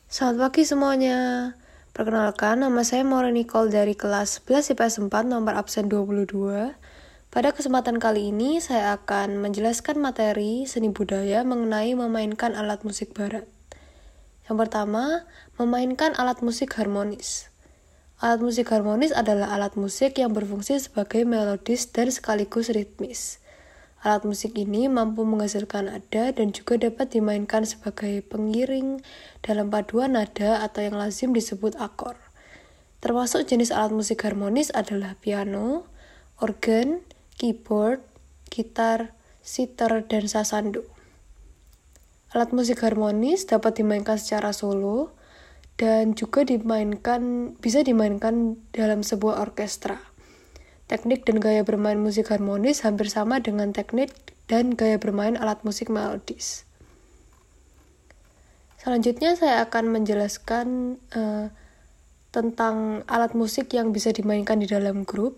Selamat pagi semuanya. Perkenalkan, nama saya Maura Nicole dari kelas 11 IPS 4 nomor absen 22. Pada kesempatan kali ini, saya akan menjelaskan materi seni budaya mengenai memainkan alat musik barat. Yang pertama, memainkan alat musik harmonis. Alat musik harmonis adalah alat musik yang berfungsi sebagai melodis dan sekaligus ritmis. Alat musik ini mampu menghasilkan nada dan juga dapat dimainkan sebagai pengiring dalam paduan nada atau yang lazim disebut akor. Termasuk jenis alat musik harmonis adalah piano, organ, keyboard, gitar, sitar, dan sasando. Alat musik harmonis dapat dimainkan secara solo dan juga bisa dimainkan dalam sebuah orkestra. Teknik dan gaya bermain musik harmonis hampir sama dengan teknik dan gaya bermain alat musik melodis. Selanjutnya saya akan menjelaskan tentang alat musik yang bisa dimainkan di dalam grup.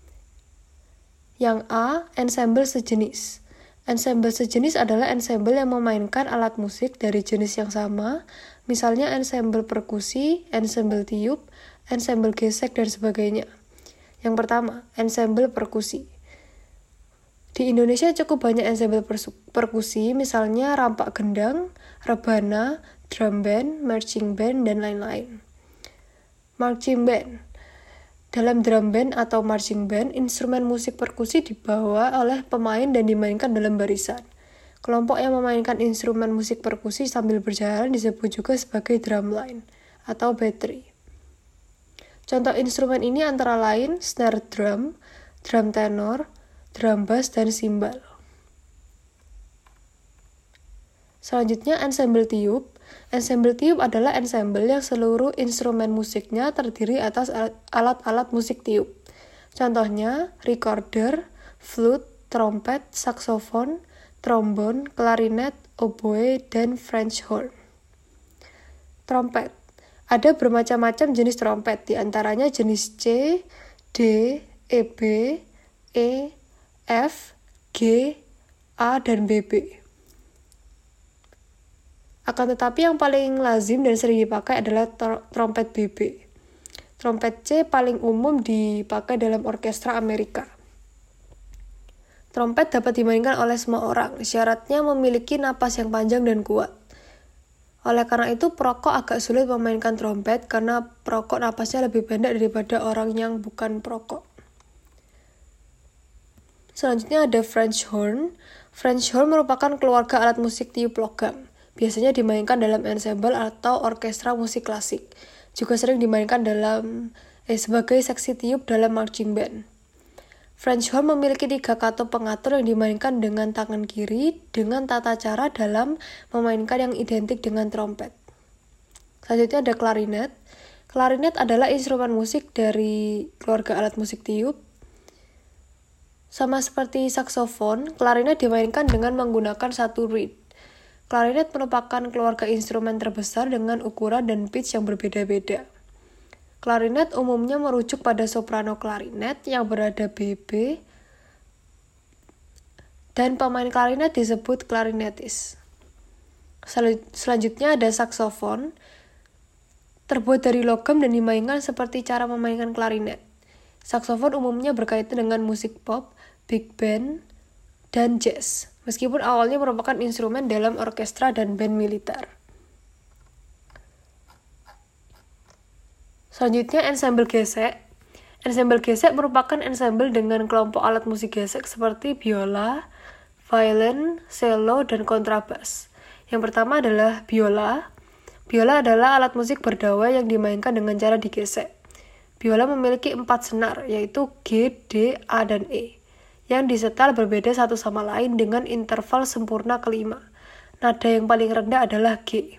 Yang A, ensemble sejenis. Ensemble sejenis adalah ensemble yang memainkan alat musik dari jenis yang sama, misalnya ensemble perkusi, ensemble tiup, ensemble gesek, dan sebagainya. Yang pertama, ensemble perkusi. Di Indonesia cukup banyak ensemble perkusi, misalnya rampak gendang, rebana, drum band, marching band, dan lain-lain. Marching band. Dalam drum band atau marching band, instrumen musik perkusi dibawa oleh pemain dan dimainkan dalam barisan. Kelompok yang memainkan instrumen musik perkusi sambil berjalan disebut juga sebagai drumline atau battery. Contoh instrumen ini antara lain snare drum, drum tenor, drum bass, dan simbal. Selanjutnya ensemble tiup. Ensemble tiup adalah ensemble yang seluruh instrumen musiknya terdiri atas alat-alat musik tiup. Contohnya recorder, flute, trompet, saksofon, trombon, klarinet, oboe, dan French horn. Trompet. Ada bermacam-macam jenis trompet, di antaranya jenis C, D, EB, E, F, G, A, dan BB. Akan tetapi yang paling lazim dan sering dipakai adalah trompet BB. Trompet C paling umum dipakai dalam orkestra Amerika. Trompet dapat dimainkan oleh semua orang, syaratnya memiliki napas yang panjang dan kuat. Oleh karena itu, perokok agak sulit memainkan trompet karena perokok napasnya lebih pendek daripada orang yang bukan perokok. Selanjutnya ada French horn. French horn merupakan keluarga alat musik tiup logam. Biasanya dimainkan dalam ensemble atau orkestra musik klasik. Juga sering dimainkan sebagai seksi tiup dalam marching band. French horn memiliki 3 katup pengatur yang dimainkan dengan tangan kiri dengan tata cara dalam memainkan yang identik dengan trompet. Selanjutnya ada klarinet. Klarinet adalah instrumen musik dari keluarga alat musik tiup. Sama seperti saksofon, klarinet dimainkan dengan menggunakan satu reed. Klarinet merupakan keluarga instrumen terbesar dengan ukuran dan pitch yang berbeda-beda. Klarinet umumnya merujuk pada soprano klarinet yang berada BB dan pemain klarinet disebut klarinetis. Selanjutnya ada saksofon, terbuat dari logam dan dimainkan seperti cara memainkan klarinet. Saksofon umumnya berkaitan dengan musik pop, big band, dan jazz, meskipun awalnya merupakan instrumen dalam orkestra dan band militer. Selanjutnya ensemble gesek. Ensemble gesek merupakan ensemble dengan kelompok alat musik gesek seperti biola, violin, cello, dan kontrabas. Yang pertama adalah biola. Biola adalah alat musik berdawai yang dimainkan dengan cara digesek. Biola memiliki 4 senar, yaitu G, D, A, dan E, yang disetel berbeda satu sama lain dengan interval sempurna kelima. Nada yang paling rendah adalah G.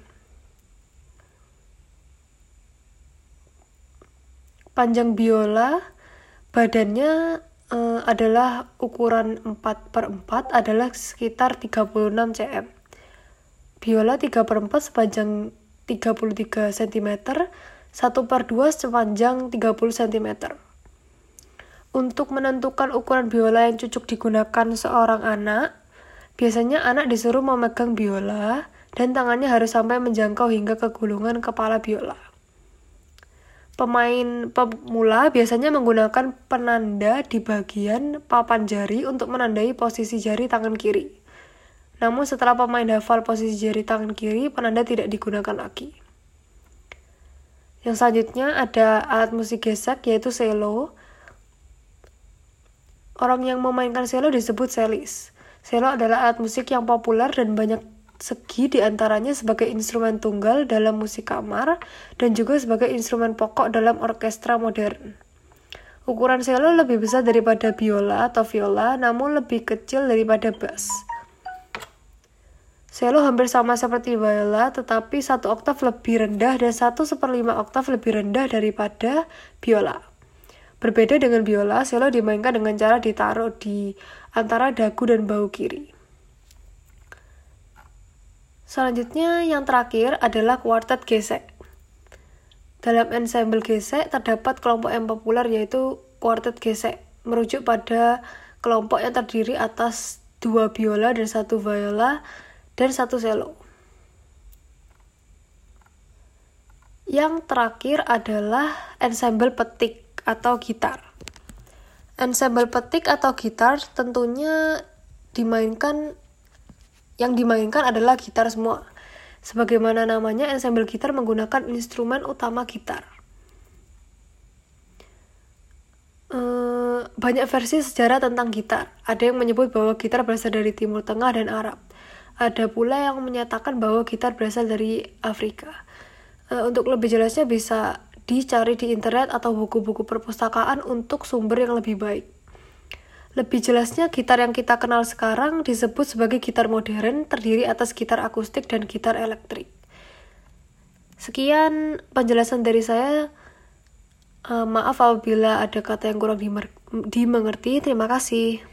Panjang biola, badannya adalah ukuran 4/4 adalah sekitar 36 cm. Biola 3/4 sepanjang 33 cm, 1/2 sepanjang 30 cm. Untuk menentukan ukuran biola yang cocok digunakan seorang anak, biasanya anak disuruh memegang biola dan tangannya harus sampai menjangkau hingga ke gulungan kepala biola. Pemain pemula biasanya menggunakan penanda di bagian papan jari untuk menandai posisi jari tangan kiri. Namun setelah pemain hafal posisi jari tangan kiri, penanda tidak digunakan lagi. Yang selanjutnya ada alat musik gesek yaitu cello. Orang yang memainkan cello disebut cellist. Cello adalah alat musik yang populer dan banyak segi diantaranya sebagai instrumen tunggal dalam musik kamar dan juga sebagai instrumen pokok dalam orkestra modern. Ukuran cello lebih besar daripada biola atau viola, namun lebih kecil daripada bass. Cello hampir sama seperti viola, tetapi 1 oktav lebih rendah dan 1/1 oktav lebih rendah daripada biola. Berbeda dengan biola, cello dimainkan dengan cara ditaruh di antara dagu dan bahu kiri. Selanjutnya yang terakhir adalah kuartet gesek. Dalam ensemble gesek terdapat kelompok yang populer yaitu kuartet gesek, merujuk pada kelompok yang terdiri atas 2 biola dan 1 viola dan 1 cello. Yang terakhir adalah ensemble petik atau gitar. Ensemble petik atau gitar tentunya yang dimainkan adalah gitar semua. Sebagaimana namanya, ensemble gitar menggunakan instrumen utama gitar. Banyak versi sejarah tentang gitar. Ada yang menyebut bahwa gitar berasal dari Timur Tengah dan Arab. Ada pula yang menyatakan bahwa gitar berasal dari Afrika. Untuk lebih jelasnya bisa dicari di internet atau buku-buku perpustakaan untuk sumber yang lebih baik. Lebih jelasnya, gitar yang kita kenal sekarang disebut sebagai gitar modern, terdiri atas gitar akustik dan gitar elektrik. Sekian penjelasan dari saya. Maaf apabila ada kata yang kurang dimengerti. Terima kasih.